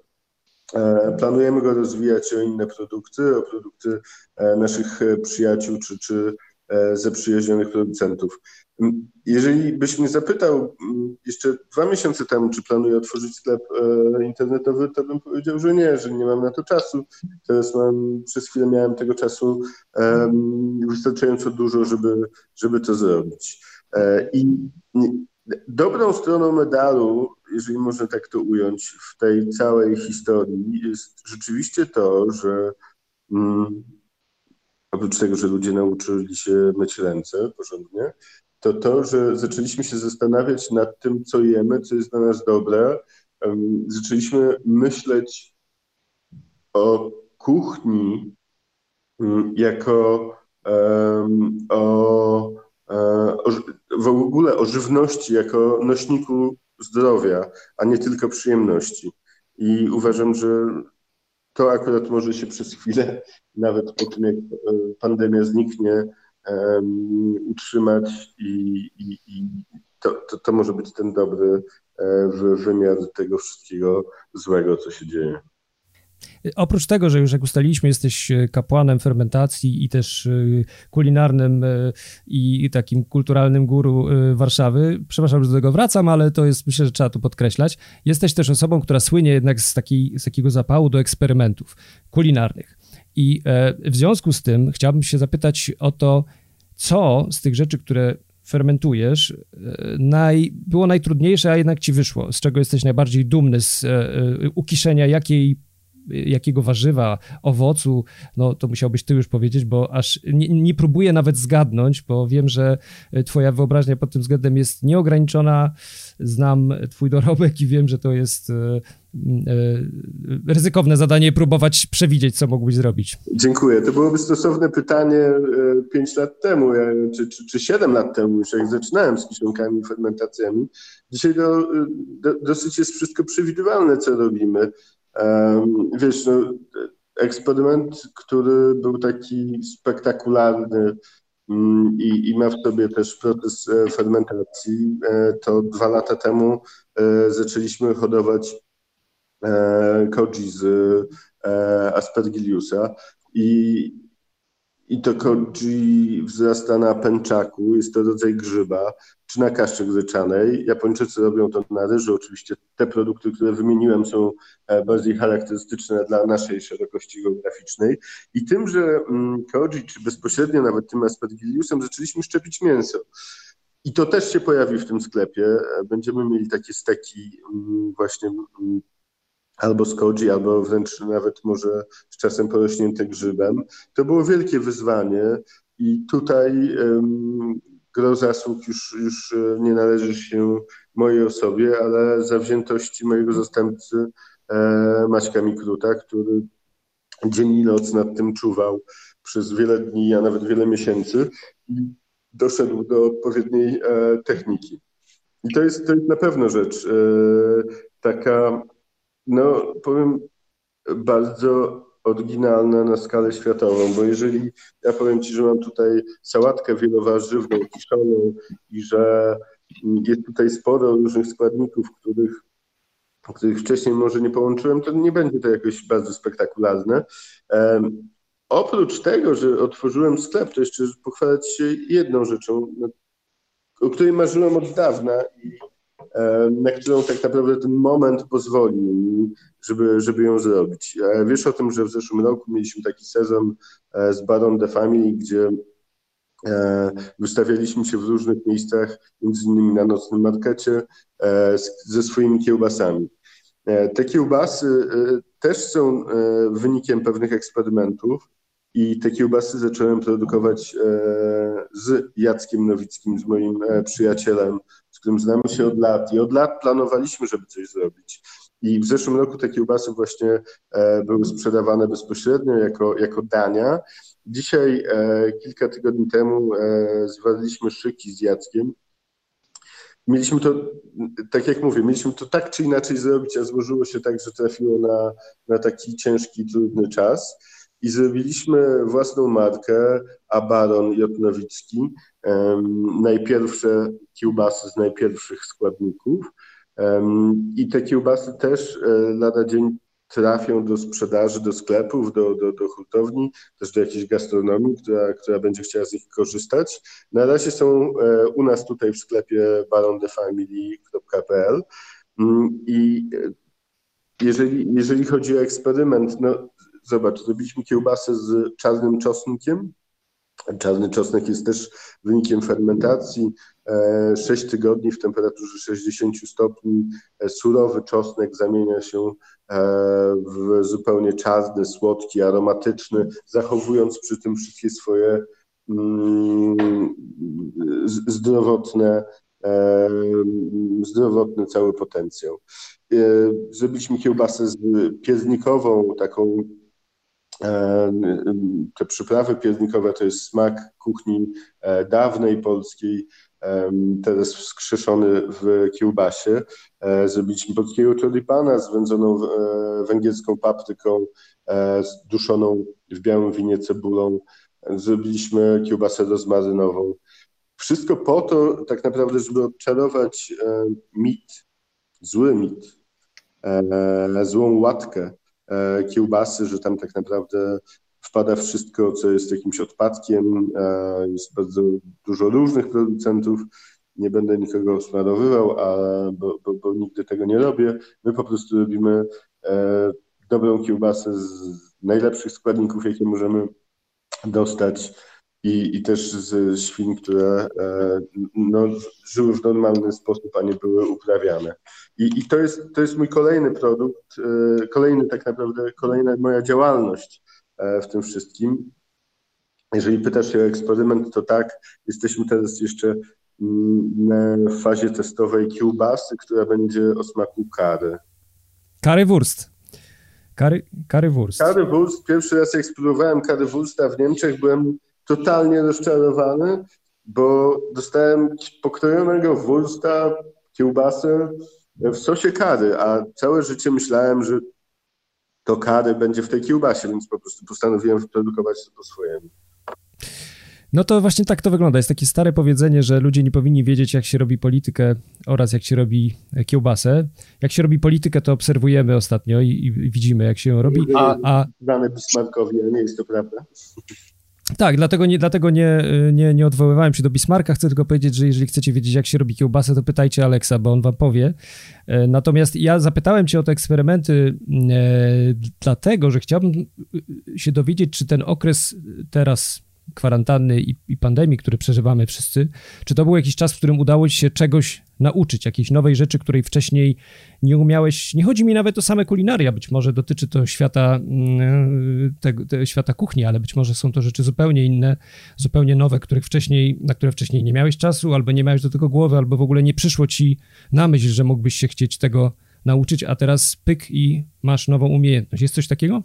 Planujemy go rozwijać o inne produkty, o produkty naszych przyjaciół czy zaprzyjaźnionych producentów. Jeżeli byś mnie zapytał jeszcze 2 miesiące temu, czy planuję otworzyć sklep internetowy, to bym powiedział, że nie mam na to czasu. Teraz przez chwilę miałem tego czasu wystarczająco dużo, żeby to zrobić. I dobrą stroną medalu, jeżeli można tak to ująć, w tej całej historii jest rzeczywiście to, że oprócz tego, że ludzie nauczyli się myć ręce porządnie, to, że zaczęliśmy się zastanawiać nad tym, co jemy, co jest dla nas dobre. Zaczęliśmy myśleć o kuchni jako w ogóle o żywności jako nośniku zdrowia, a nie tylko przyjemności. I uważam, że to akurat może się przez chwilę, nawet po tym jak pandemia zniknie, utrzymać i to może być ten dobry wymiar tego wszystkiego złego, co się dzieje. Oprócz tego, że już jak ustaliliśmy, jesteś kapłanem fermentacji i też kulinarnym i takim kulturalnym guru Warszawy, przepraszam, że do tego wracam, ale to jest, myślę, że trzeba tu podkreślać, jesteś też osobą, która słynie jednak z takiego zapału do eksperymentów kulinarnych. I w związku z tym chciałbym się zapytać o to, co z tych rzeczy, które fermentujesz, było najtrudniejsze, a jednak ci wyszło, z czego jesteś najbardziej dumny, z ukiszenia jakiego warzywa, owocu, no to musiałbyś ty już powiedzieć, bo aż nie próbuję nawet zgadnąć, bo wiem, że twoja wyobraźnia pod tym względem jest nieograniczona, znam twój dorobek i wiem, że to jest ryzykowne zadanie próbować przewidzieć, co mógłbyś zrobić. Dziękuję. To byłoby stosowne pytanie 5 lat temu, czy 7 lat temu, już jak zaczynałem z kieszonkami i fermentacjami. Dzisiaj dosyć jest wszystko przewidywalne, co robimy. Wiesz, no, eksperyment, który był taki spektakularny i ma w sobie też proces fermentacji, to 2 lata temu zaczęliśmy hodować koji z Aspergillusa i to koji wzrasta na pęczaku, jest to rodzaj grzyba, czy na kaszy gryczanej. Japończycy robią to na ryżu. Oczywiście te produkty, które wymieniłem, są bardziej charakterystyczne dla naszej szerokości geograficznej. I tym, że koji, czy bezpośrednio nawet tym Aspergillusem zaczęliśmy szczepić mięso. I to też się pojawi w tym sklepie. Będziemy mieli takie steki właśnie albo z koji, albo wręcz nawet może z czasem porośnięte grzybem. To było wielkie wyzwanie i tutaj gro zasług już nie należy się mojej osobie, ale zawziętości mojego zastępcy Maćka Mikruta, który dzień i noc nad tym czuwał przez wiele dni, a nawet wiele miesięcy i doszedł do odpowiedniej techniki. I to jest na pewno rzecz taka, no powiem, bardzo oryginalna na skalę światową, bo jeżeli ja powiem Ci, że mam tutaj sałatkę wielowarzywną, kiszoną i że jest tutaj sporo różnych składników, których wcześniej może nie połączyłem, to nie będzie to jakoś bardzo spektakularne. Oprócz tego, że otworzyłem sklep, to jeszcze pochwalać się jedną rzeczą, o której marzyłem od dawna i na którą tak naprawdę ten moment pozwolił mi, żeby ją zrobić. Wiesz o tym, że w zeszłym roku mieliśmy taki sezon z Baron de Family, gdzie wystawialiśmy się w różnych miejscach, między innymi na nocnym markecie, ze swoimi kiełbasami. Te kiełbasy też są wynikiem pewnych eksperymentów i te kiełbasy zacząłem produkować z Jackiem Nowickim, z moim przyjacielem, z którym znamy się od lat i od lat planowaliśmy, żeby coś zrobić. I w zeszłym roku te kiełbasy właśnie były sprzedawane bezpośrednio jako dania. Dzisiaj, kilka tygodni temu, zwarliśmy szyki z Jackiem. Mieliśmy to, tak jak mówię, mieliśmy to tak czy inaczej zrobić, a złożyło się tak, że trafiło na taki ciężki, trudny czas. I zrobiliśmy własną markę Baron J. Nowicki. Najpierwsze kiełbasy z najpierwszych składników. I te kiełbasy też lada dzień trafią do sprzedaży, do sklepów, do hurtowni, też do jakiejś gastronomii, która będzie chciała z nich korzystać. Na razie są u nas tutaj w sklepie barondefamily.pl i jeżeli chodzi o eksperyment, no zobacz, zrobiliśmy kiełbasę z czarnym czosnkiem. Czarny czosnek jest też wynikiem fermentacji. 6 tygodni w temperaturze 60 stopni surowy czosnek zamienia się w zupełnie czarny, słodki, aromatyczny, zachowując przy tym wszystkie swoje zdrowotny cały potencjał. Zrobiliśmy kiełbasę piernikową, taką. Te przyprawy piernikowe to jest smak kuchni dawnej polskiej, teraz wskrzeszony w kiełbasie. Zrobiliśmy polskiego choripana z wędzoną węgierską papryką, duszoną w białym winie cebulą. Zrobiliśmy kiełbasę rozmarynową. Wszystko po to tak naprawdę, żeby odczarować mit, zły mit, złą łatkę kiełbasy, że tam tak naprawdę wpada wszystko, co jest jakimś odpadkiem. Jest bardzo dużo różnych producentów. Nie będę nikogo osmarowywał, bo nigdy tego nie robię. My po prostu robimy dobrą kiełbasę z najlepszych składników, jakie możemy dostać i też z świń, które żyły w normalny sposób, a nie były uprawiane. I to jest mój kolejny produkt, kolejna moja działalność w tym wszystkim. Jeżeli pytasz się o eksperyment, to tak, jesteśmy teraz jeszcze w fazie testowej kiełbasy, która będzie o smaku curry. Currywurst. Currywurst. Currywurst. Pierwszy raz jak spróbowałem currywursta w Niemczech, byłem totalnie rozczarowany, bo dostałem pokrojonego wursta, kiełbasę w sosie curry, a całe życie myślałem, że to curry będzie w tej kiełbasie, więc po prostu postanowiłem wyprodukować to po swojemu. No to właśnie tak to wygląda. Jest takie stare powiedzenie, że ludzie nie powinni wiedzieć, jak się robi politykę oraz jak się robi kiełbasę. Jak się robi politykę, to obserwujemy ostatnio i widzimy, jak się ją robi. Dane Bismarckowi, a nie jest to prawda? Tak, dlatego nie odwoływałem się do Bismarcka. Chcę tylko powiedzieć, że jeżeli chcecie wiedzieć, jak się robi kiełbasę, to pytajcie Aleksa, bo on wam powie. Natomiast ja zapytałem cię o te eksperymenty dlatego, że chciałbym się dowiedzieć, czy ten okres teraz kwarantanny i pandemii, który przeżywamy wszyscy, czy to był jakiś czas, w którym udało ci się czegoś nauczyć, jakiejś nowej rzeczy, której wcześniej nie umiałeś. Nie chodzi mi nawet o same kulinaria, być może dotyczy to świata świata kuchni, ale być może są to rzeczy zupełnie inne, zupełnie nowe, na które wcześniej nie miałeś czasu, albo nie miałeś do tego głowy, albo w ogóle nie przyszło ci na myśl, że mógłbyś się chcieć tego nauczyć, a teraz pyk i masz nową umiejętność. Jest coś takiego?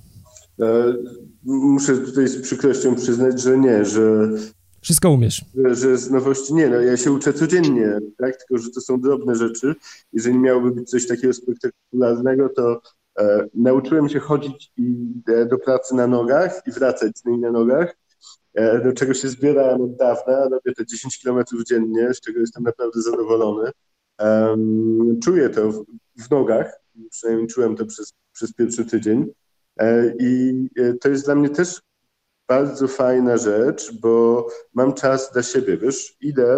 Muszę tutaj z przykrością przyznać, że nie, że wszystko umiesz. Że z nowości nie, no ja się uczę codziennie, tak? Tylko że to są drobne rzeczy. Jeżeli miałoby być coś takiego spektakularnego, to nauczyłem się chodzić do pracy na nogach i wracać z niej na nogach, do czego się zbierałem od dawna. Robię te 10 kilometrów dziennie, z czego jestem naprawdę zadowolony. Czuję to w nogach, przynajmniej czułem to przez pierwszy tydzień. I to jest dla mnie też bardzo fajna rzecz, bo mam czas dla siebie, wiesz,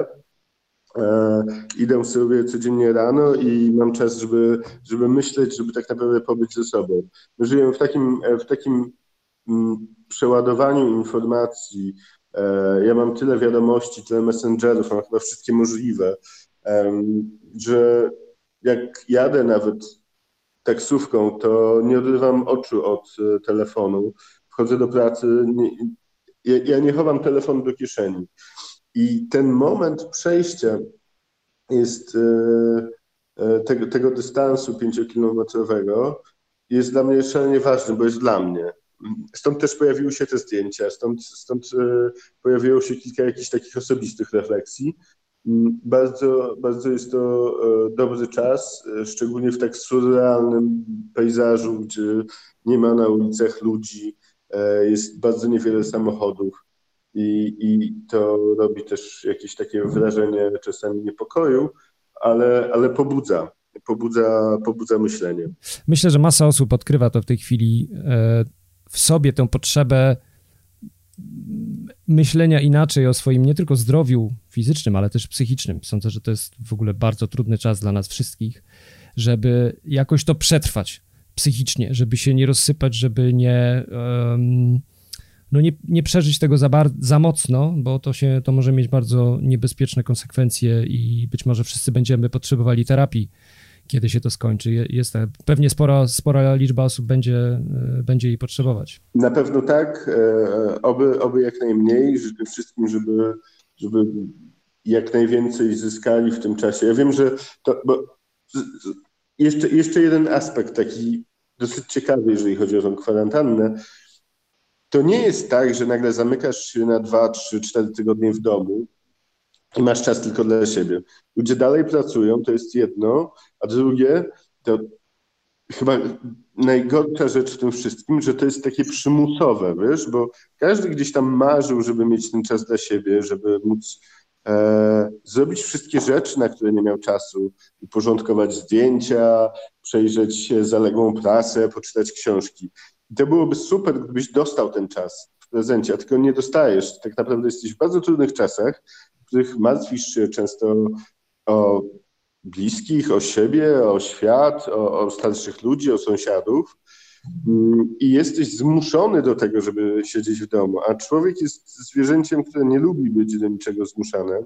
idę sobie codziennie rano i mam czas, żeby myśleć, żeby tak naprawdę pobyć ze sobą. My żyjemy w takim przeładowaniu informacji. Ja mam tyle wiadomości, tyle messengerów, mam chyba wszystkie możliwe, że jak jadę nawet taksówką, to nie odrywam oczu od telefonu. Wchodzę do pracy, ja nie chowam telefonu do kieszeni. I ten moment przejścia jest tego dystansu 5-kilometrowego jest dla mnie szalenie ważny, bo jest dla mnie. Stąd też pojawiły się te zdjęcia, stąd pojawiło się kilka jakichś takich osobistych refleksji. Bardzo, bardzo jest to dobry czas, szczególnie w tak surrealnym pejzażu, gdzie nie ma na ulicach ludzi, jest bardzo niewiele samochodów i to robi też jakieś takie wrażenie czasami niepokoju, ale pobudza. pobudza myślenie. Myślę, że masa osób odkrywa to w tej chwili w sobie, tę potrzebę myślenia inaczej o swoim nie tylko zdrowiu fizycznym, ale też psychicznym. Sądzę, że to jest w ogóle bardzo trudny czas dla nas wszystkich, żeby jakoś to przetrwać psychicznie, żeby się nie rozsypać, żeby nie przeżyć tego za mocno, bo to może mieć bardzo niebezpieczne konsekwencje i być może wszyscy będziemy potrzebowali terapii, kiedy się to skończy. Pewnie spora liczba osób będzie jej potrzebować. Na pewno tak. Oby jak najmniej. Życzę wszystkim, żeby jak najwięcej zyskali w tym czasie. Ja wiem, że bo jeszcze jeden aspekt taki dosyć ciekawy, jeżeli chodzi o tą kwarantannę. To nie jest tak, że nagle zamykasz się na 2, 3, 4 tygodnie w domu i masz czas tylko dla siebie. Ludzie dalej pracują, to jest jedno, a drugie, to chyba najgorsza rzecz w tym wszystkim, że to jest takie przymusowe, wiesz, bo każdy gdzieś tam marzył, żeby mieć ten czas dla siebie, żeby móc zrobić wszystkie rzeczy, na które nie miał czasu, uporządkować zdjęcia, przejrzeć zaległą prasę, poczytać książki. I to byłoby super, gdybyś dostał ten czas w prezencie, a tylko nie dostajesz. Tak naprawdę jesteś w bardzo trudnych czasach, w których martwisz się często o bliskich, o siebie, o świat, o starszych ludzi, o sąsiadów i jesteś zmuszony do tego, żeby siedzieć w domu, a człowiek jest zwierzęciem, które nie lubi być do niczego zmuszane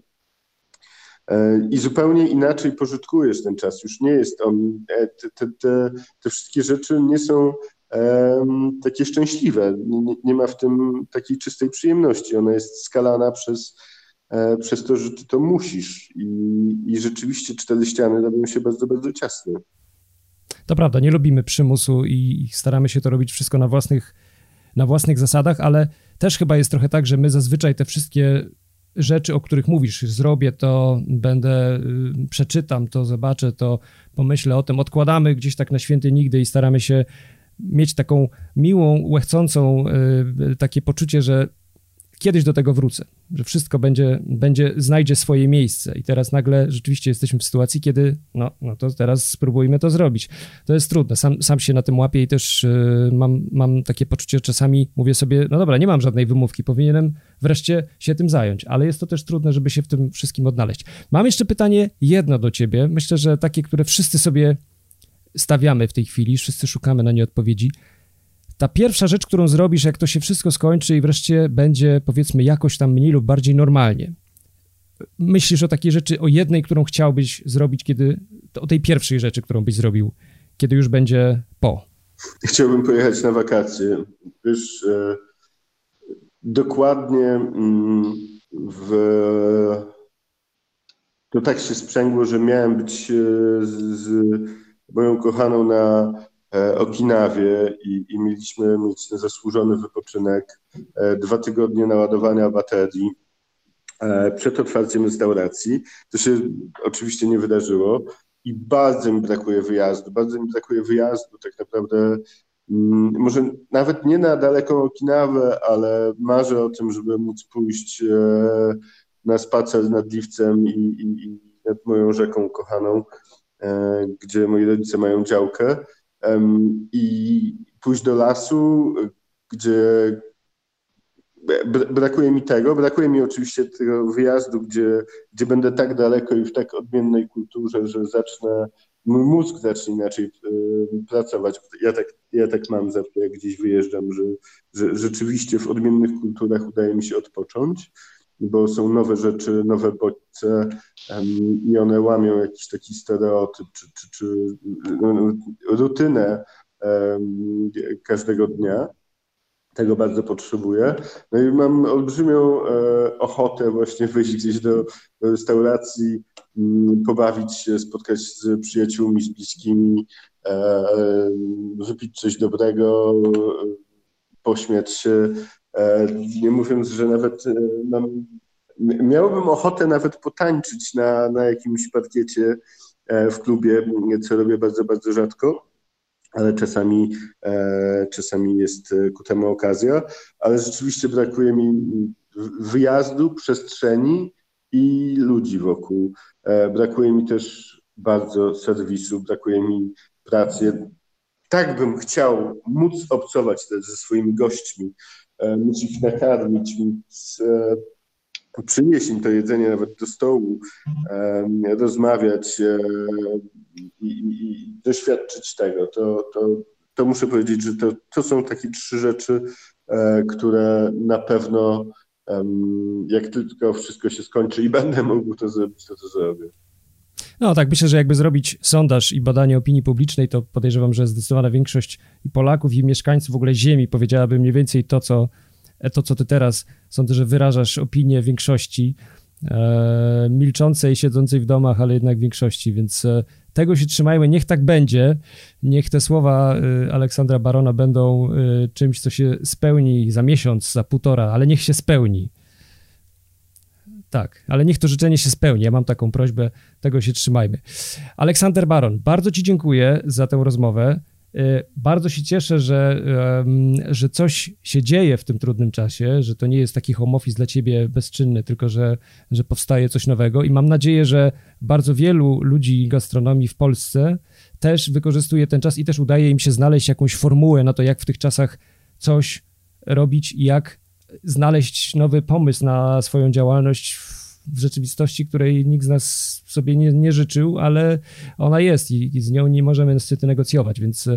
i zupełnie inaczej pożytkujesz ten czas. Już nie jest on, te wszystkie rzeczy nie są takie szczęśliwe, nie ma w tym takiej czystej przyjemności, ona jest skalana przez to, że ty to musisz i rzeczywiście 4 ściany robią się bardzo, bardzo ciasne. To prawda, nie lubimy przymusu i staramy się to robić wszystko na własnych zasadach, ale też chyba jest trochę tak, że my zazwyczaj te wszystkie rzeczy, o których mówisz, zrobię to, przeczytam to, zobaczę to, pomyślę o tym, odkładamy gdzieś tak na święty nigdy i staramy się mieć taką miłą, łechcącą takie poczucie, że kiedyś do tego wrócę, że wszystko znajdzie swoje miejsce i teraz nagle rzeczywiście jesteśmy w sytuacji, kiedy no to teraz spróbujmy to zrobić. To jest trudne, sam się na tym łapię i też mam takie poczucie, że czasami mówię sobie, no dobra, nie mam żadnej wymówki, powinienem wreszcie się tym zająć, ale jest to też trudne, żeby się w tym wszystkim odnaleźć. Mam jeszcze pytanie jedno do ciebie, myślę, że takie, które wszyscy sobie stawiamy w tej chwili, wszyscy szukamy na nie odpowiedzi. Ta pierwsza rzecz, którą zrobisz, jak to się wszystko skończy i wreszcie będzie, powiedzmy, jakoś tam mniej lub bardziej normalnie. Myślisz o takiej rzeczy, o jednej, którą chciałbyś zrobić, o tej pierwszej rzeczy, którą byś zrobił, kiedy już będzie po? Chciałbym pojechać na wakacje. Wiesz, dokładnie to tak się sprzęgło, że miałem być z moją kochaną na Okinawie i mieliśmy mieć zasłużony wypoczynek, 2 tygodnie naładowania baterii przed otwarciem restauracji. To się oczywiście nie wydarzyło i bardzo mi brakuje wyjazdu, tak naprawdę może nawet nie na daleką Okinawę, ale marzę o tym, żeby móc pójść na spacer nad Liwcem i nad moją rzeką kochaną, gdzie moi rodzice mają działkę. I pójść do lasu, gdzie brakuje mi oczywiście tego wyjazdu, gdzie będę tak daleko i w tak odmiennej kulturze, że mój mózg zacznie inaczej pracować. Ja tak mam zawsze, jak gdzieś wyjeżdżam, że rzeczywiście w odmiennych kulturach udaje mi się odpocząć, bo są nowe rzeczy, nowe bodźce i one łamią jakiś taki stereotyp czy rutynę każdego dnia. Tego bardzo potrzebuję. No i mam olbrzymią ochotę właśnie wyjść gdzieś do restauracji, pobawić się, spotkać z przyjaciółmi, z bliskimi, wypić coś dobrego, pośmiać się. Nie mówiąc, że nawet miałbym ochotę nawet potańczyć na jakimś parkiecie w klubie, co robię bardzo, bardzo rzadko, ale czasami jest ku temu okazja, ale rzeczywiście brakuje mi wyjazdu, przestrzeni i ludzi wokół. Brakuje mi też bardzo serwisu, brakuje mi pracy. Tak bym chciał móc obcować też ze swoimi gośćmi, móc ich nakarmić, móc przynieść im to jedzenie nawet do stołu, rozmawiać i doświadczyć tego. To muszę powiedzieć, że to są takie 3 rzeczy, które na pewno jak tylko wszystko się skończy i będę mógł to zrobić, to zrobię. No tak, myślę, że jakby zrobić sondaż i badanie opinii publicznej, to podejrzewam, że zdecydowana większość i Polaków, i mieszkańców w ogóle Ziemi powiedziałaby mniej więcej to, co ty teraz, sądzę, że wyrażasz opinię większości, milczącej, siedzącej w domach, ale jednak większości, więc tego się trzymajmy, niech tak będzie, niech te słowa Aleksandra Barona będą czymś, co się spełni za miesiąc, za 1,5, ale niech się spełni. Tak, ale niech to życzenie się spełni. Ja mam taką prośbę, tego się trzymajmy. Aleksander Baron, bardzo ci dziękuję za tę rozmowę. Bardzo się cieszę, że coś się dzieje w tym trudnym czasie, że to nie jest taki home office dla ciebie bezczynny, tylko że powstaje coś nowego i mam nadzieję, że bardzo wielu ludzi gastronomii w Polsce też wykorzystuje ten czas i też udaje im się znaleźć jakąś formułę na to, jak w tych czasach coś robić i jak znaleźć nowy pomysł na swoją działalność w rzeczywistości, której nikt z nas sobie nie życzył, ale ona jest i z nią nie możemy niestety negocjować, więc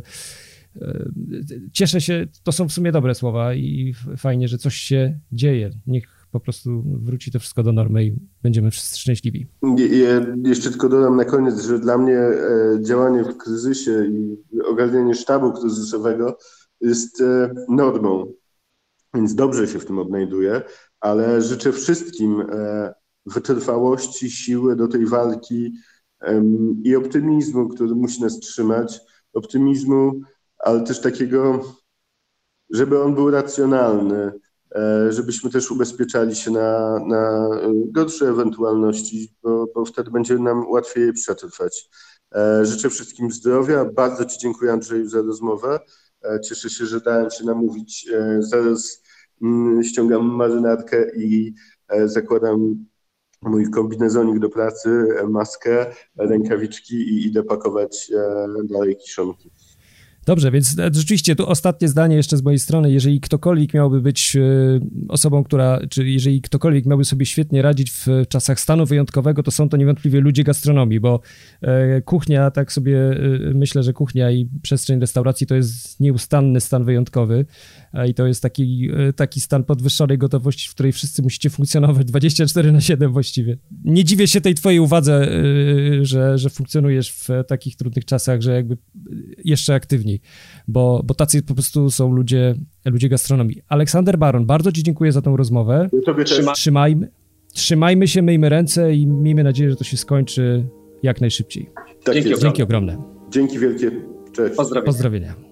cieszę się, to są w sumie dobre słowa i fajnie, że coś się dzieje. Niech po prostu wróci to wszystko do normy i będziemy wszyscy szczęśliwi. Ja jeszcze tylko dodam na koniec, że dla mnie działanie w kryzysie i ogarnianie sztabu kryzysowego jest normą, więc dobrze się w tym odnajduję, ale życzę wszystkim wytrwałości, siły do tej walki i optymizmu, który musi nas trzymać. Optymizmu, ale też takiego, żeby on był racjonalny, żebyśmy też ubezpieczali się na gorsze ewentualności, bo wtedy będzie nam łatwiej je przetrwać. Życzę wszystkim zdrowia. Bardzo ci dziękuję, Andrzeju, za rozmowę. Cieszę się, że dałem się namówić. Zaraz ściągam marynarkę i zakładam mój kombinezonik do pracy, maskę, rękawiczki i idę pakować dalej kiszonki. Dobrze, więc rzeczywiście tu ostatnie zdanie jeszcze z mojej strony. Jeżeli ktokolwiek miałby być osobą, czy jeżeli ktokolwiek miałby sobie świetnie radzić w czasach stanu wyjątkowego, to są to niewątpliwie ludzie gastronomii, bo kuchnia, tak sobie myślę, że kuchnia i przestrzeń restauracji to jest nieustanny stan wyjątkowy i to jest taki stan podwyższonej gotowości, w której wszyscy musicie funkcjonować 24/7 właściwie. Nie dziwię się tej twojej uwadze, że funkcjonujesz w takich trudnych czasach, że jakby jeszcze aktywniej. Bo tacy po prostu są ludzie gastronomii. Aleksander Baron, bardzo ci dziękuję za tą rozmowę. Trzymajmy się, myjmy ręce i miejmy nadzieję, że to się skończy jak najszybciej. Tak Dzięki ogromne. Dzięki wielkie. Cześć. Pozdrowienia.